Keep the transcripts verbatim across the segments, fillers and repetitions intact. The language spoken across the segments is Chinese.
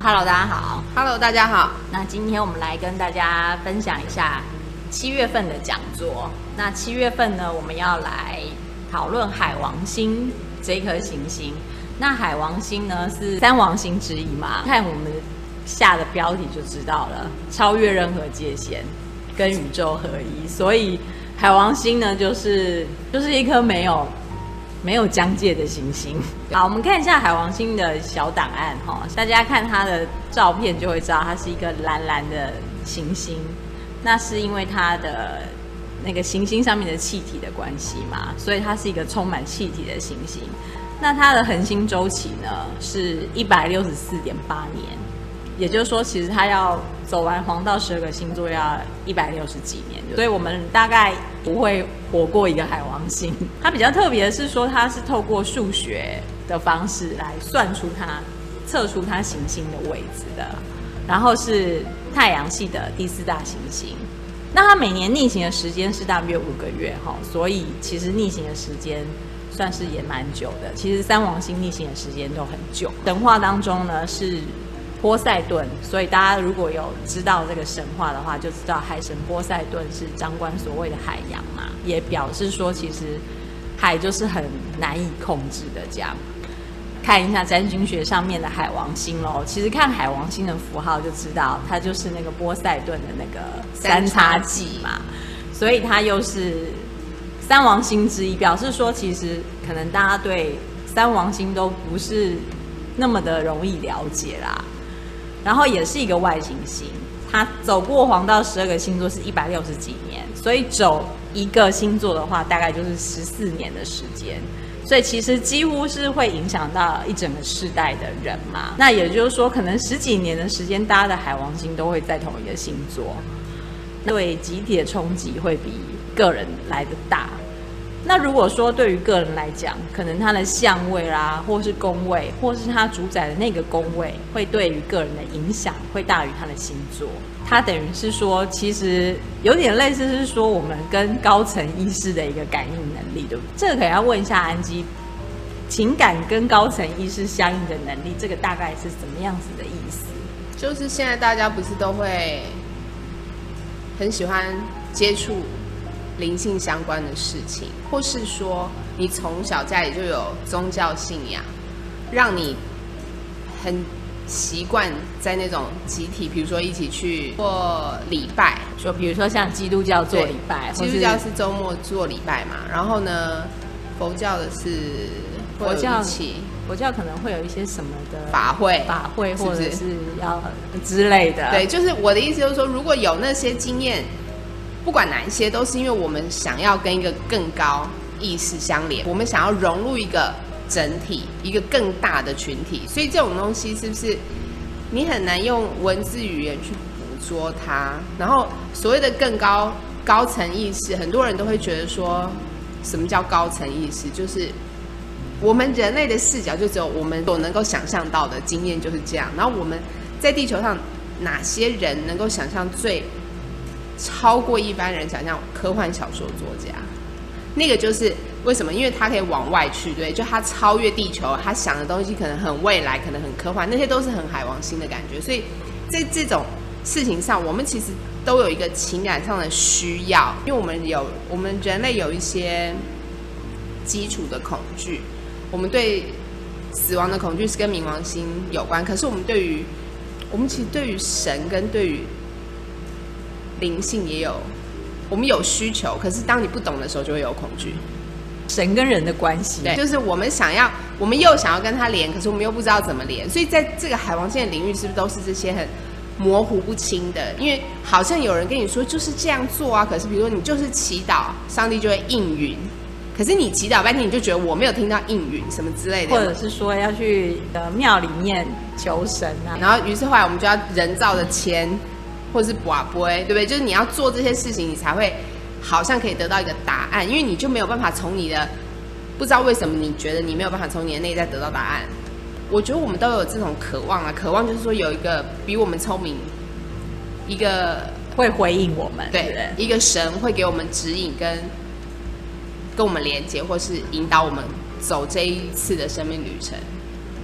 Hello， 大家好。 Hello， 大家好。 那今天我们来跟大家分享一下七月份的讲座。那七月份呢，我们要来讨论海王星这颗行星。那海王星呢是三王星之一嘛？看我们下的标题就知道了，超越任何界限，跟宇宙合一。所以海王星呢，就是就是一颗没有。没有疆界的行星。好，我们看一下海王星的小档案哈，大家看它的照片就会知道，它是一个蓝蓝的行星。那是因为它的那个行星上面的气体的关系嘛，所以它是一个充满气体的行星。那它的恒星周期呢是一百六十四点八年，也就是说，其实它要走完黄道十二个星座要一百六十几年，所以我们大概不会活过一个海王星。它比较特别的是说，它是透过数学的方式来算出它、测出它行星的位置的，然后是太阳系的第四大行星。那它每年逆行的时间是大约五个月哈，所以其实逆行的时间算是也蛮久的。其实三王星逆行的时间都很久。神话当中呢是波塞顿，所以大家如果有知道这个神话的话，就知道海神波塞顿是掌管所谓的海洋嘛，也表示说其实海就是很难以控制的这样。看一下占星学上面的海王星咯，其实看海王星的符号就知道，它就是那个波塞顿的那个三叉戟嘛，所以它又是三王星之一，表示说其实可能大家对三王星都不是那么的容易了解啦。然后也是一个外行星，它走过黄道十二个星座是一百六十几年，所以走一个星座的话，大概就是十四年的时间。所以其实几乎是会影响到一整个世代的人嘛。那也就是说，可能十几年的时间，大家的海王星都会在同一个星座，对集体的冲击会比个人来得大。那如果说对于个人来讲，可能他的相位啦，或是宫位，或是他主宰的那个宫位，会对于个人的影响会大于他的星座。它等于是说，其实有点类似是说我们跟高层意识的一个感应能力，对不对？这个可能要问一下安基，情感跟高层意识相应的能力，这个大概是怎么样子的意思？ 就是现在大家不是都会很喜欢接触灵性相关的事情，或是说你从小家里就有宗教信仰，让你很习惯在那种集体，比如说一起去做礼拜， 就比如说像基督教做礼拜， 基督教是周末做礼拜嘛，然后呢，佛教的是佛教一起， 佛教可能会有一些什么的法会、 法会，或者是是要之类的。 对，就是我的意思就是说，如果有那些经验。不管哪一些，都是因为我们想要跟一个更高意识相连，我们想要融入一个整体，一个更大的群体，所以这种东西是不是你很难用文字语言去捕捉它？然后所谓的更高高层意识，很多人都会觉得说，什么叫高层意识？就是我们人类的视角就只有我们所能够想象到的经验就是这样。然后我们在地球上哪些人能够想象最超过一般人想象？科幻小说作家，那个就是为什么？因为他可以往外去，对，就他超越地球，他想的东西可能很未来，可能很科幻，那些都是很海王星的感觉。所以在这种事情上，我们其实都有一个情感上的需要，因为我们有我们人类有一些基础的恐惧，我们对死亡的恐惧是跟冥王星有关，可是我们对于我们其实对于神跟对于灵性也有，我们有需求，可是当你不懂的时候，就会有恐惧。 神跟人的关系， 对，就是我们想要，我们又想要跟他连，可是我们又不知道怎么连，所以在这个海王星的领域，是不是都是这些很模糊不清的？因为好像有人跟你说就是这样做啊，可是比如说你就是祈祷，上帝就会应允，可是你祈祷半天，你就觉得我没有听到应允什么之类的， 或者是说要去呃庙里面求神啊， 然后于是后来我们就要人造的签。或者是拔杯，对不对？就是你要做这些事情，你才会好像可以得到一个答案，因为你就没有办法从你的不知道为什么你觉得你没有办法从你的内在得到答案。我觉得我们都有这种渴望啊，渴望就是说有一个比我们聪明，一个会回应我们， 对，对一个神会给我们指引跟跟我们连接，或是引导我们走这一次的生命旅程。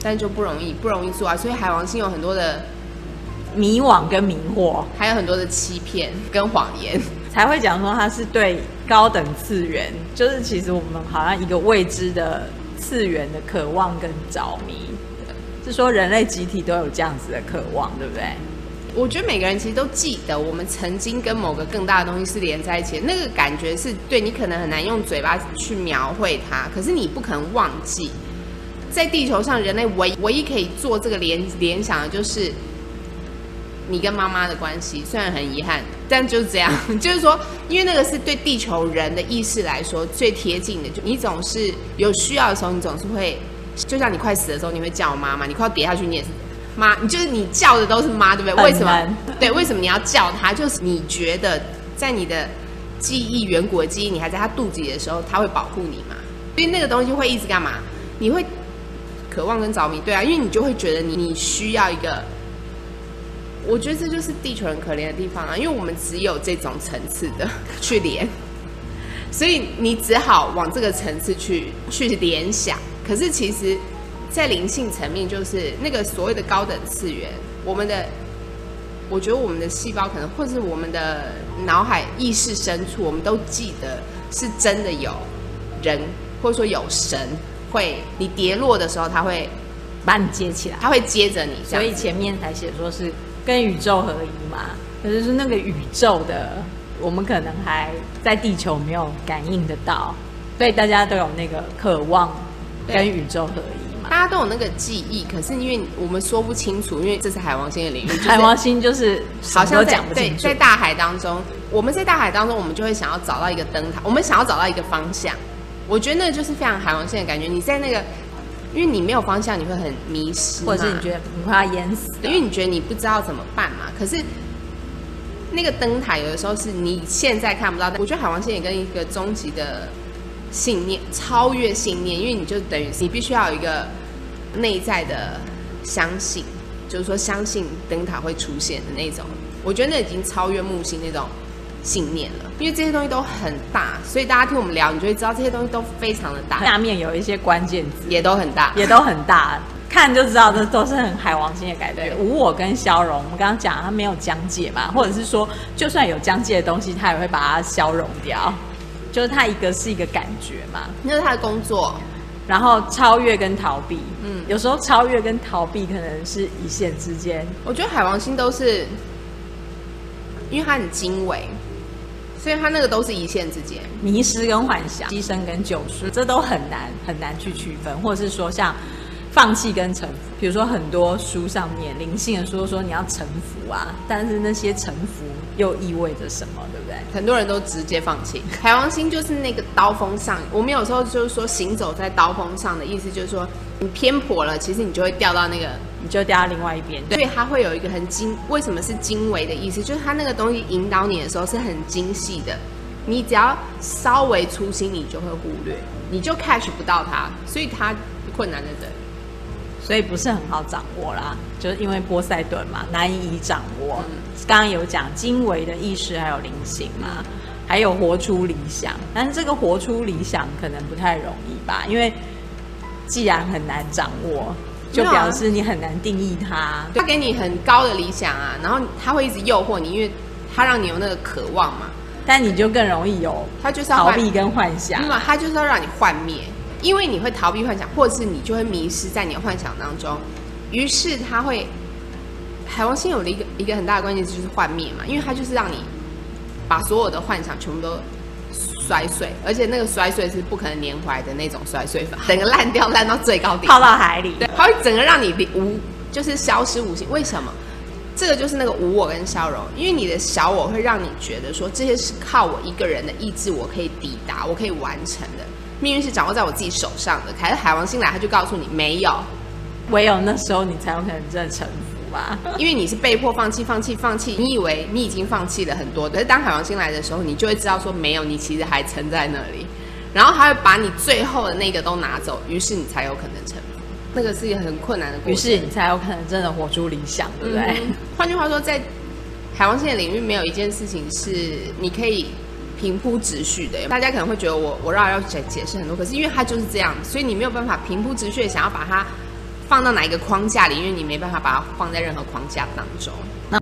但就不容易不容易做啊。所以海王星有很多的迷惘跟迷惑， 还有很多的欺骗跟谎言， 才会讲说它是对高等次元，就是其实我们好像一个未知的次元的渴望跟着迷，是说人类集体都有这样子的渴望，对不对？ 我觉得每个人其实都记得，我们曾经跟某个更大的东西是连在一起的，那个感觉是对你可能很难用嘴巴去描绘它，可是你不可能忘记。在地球上，人类唯唯一可以做这个联联想的就是你跟妈妈的关系，虽然很遗憾，但就是这样。就是说，因为那个是对地球人的意识来说最贴近的，就你总是有需要的时候，你总是会，就像你快死的时候，你会叫妈妈；你快要跌下去，你也是。妈，你就是你叫的都是妈，对不对？为什么？对，为什么你要叫她？就是你觉得在你的记忆远古的记忆，你还在她肚子里的时候，她会保护你嘛？所以那个东西会一直干嘛？你会渴望跟着迷，对啊，因为你就会觉得你你需要一个。我觉得这就是地球人可怜的地方啊，因为我们只有这种层次的去连，所以你只好往这个层次去去联想。可是其实。在灵性层面，就是那个所谓的高等次元，我们的，我觉得我们的细胞可能，或是我们的脑海意识深处，我们都记得是真的有人，或者说有神会，你跌落的时候，他会把你接起来， 他会接着你， 所以前面才写说是跟宇宙合一嘛，可是是那个宇宙的，我们可能还在地球没有感应得到，所以大家都有那个渴望跟宇宙合一。 大家都有那个记忆，可是因为我们说不清楚，因为这是海王星的领域，就是、 海王星就是好像讲不清楚。 对，在大海当中，我们在大海当中，我们就会想要找到一个灯塔，我们想要找到一个方向。我觉得那就是非常海王星的感觉。你在那个，因为你没有方向，你会很迷失， 或者是你觉得你快要淹死， 因为你觉得你不知道怎么办嘛。可是那个灯塔有的时候是你现在看不到，但我觉得海王星也跟一个终极的信念超越信念，因为你就等于你必须要有一个内在的相信，就是说相信灯塔会出现的那种。我觉得那已经超越木星那种信念了，因为这些东西都很大，所以大家听我们聊，你就会知道这些东西都非常的大。 下面有一些关键字也都很大， 也都很大，看就知道这都是很海王星的感觉。无我跟消融，我们刚刚讲它没有疆界嘛，或者是说就算有疆界的东西，它也会把它消融掉。就是它一个是一个感觉嘛， 那是他的工作， 然后超越跟逃避，嗯，有时候超越跟逃避可能是一线之间。 我觉得海王星都是，因为它很精微，所以它那个都是一线之间， 迷失跟幻想，牺牲跟救赎，这都很难很难去区分，或者是说像放弃跟臣服，比如说很多书上面灵性的书说你要臣服啊，但是那些臣服又意味着什么，对不对？ 很多人都直接放弃。海王星就是那个刀锋上，我们有时候就是说行走在刀锋上的意思，就是说你偏颇了，其实你就会掉到那个， 你就掉到另外一边。 所以它会有一个很精，为什么是精微的意思？就是它那个东西引导你的时候是很精细的，你只要稍微粗心，你就会忽略，你就 catch 不到它，所以它困难的人。 所以不是很好掌握啦，就是因为波塞顿嘛，难以掌握。刚刚有讲精微的意识还有灵性嘛，还有活出理想，但是这个活出理想可能不太容易吧，因为既然很难掌握，就表示你很难定义它。 他给你很高的理想啊，然后他会一直诱惑你，因为他让你有那个渴望嘛， 但你就更容易有他就是要逃避跟幻想， 那么他就是要让你幻灭。因为你会逃避幻想，或者是你就会迷失在你的幻想当中，于是他会，海王星有了一个一个很大的关键就是幻灭嘛，因为它就是让你把所有的幻想全部都摔碎，而且那个摔碎是不可能连回来的那种摔碎法，整个烂掉烂到最高点， 泡到海里， 对，它会整个让你无就是消失无形。为什么？这个就是那个无我跟消融，因为你的小我会让你觉得说这些是靠我一个人的意志我可以抵达，我可以完成的。命运是掌握在我自己手上的，可是海王星来，他就告诉你没有， 唯有那时候你才有可能真的臣服吧， 因为你是被迫放弃、放弃、放弃，你以为你已经放弃了很多，可是当海王星来的时候，你就会知道说没有，你其实还撑在那里，然后他会把你最后的那个都拿走，于是你才有可能臣服。那个是一个很困难的过程， 于是你才有可能真的活出理想，对不对？嗯、 换句话说，在海王星的领域，没有一件事情是你可以平铺直叙的。大家可能会觉得我我绕要解解释很多，可是因为它就是这样，所以你没有办法平铺直叙的想要把它放到哪一个框架里，因为你没办法把它放在任何框架当中。 那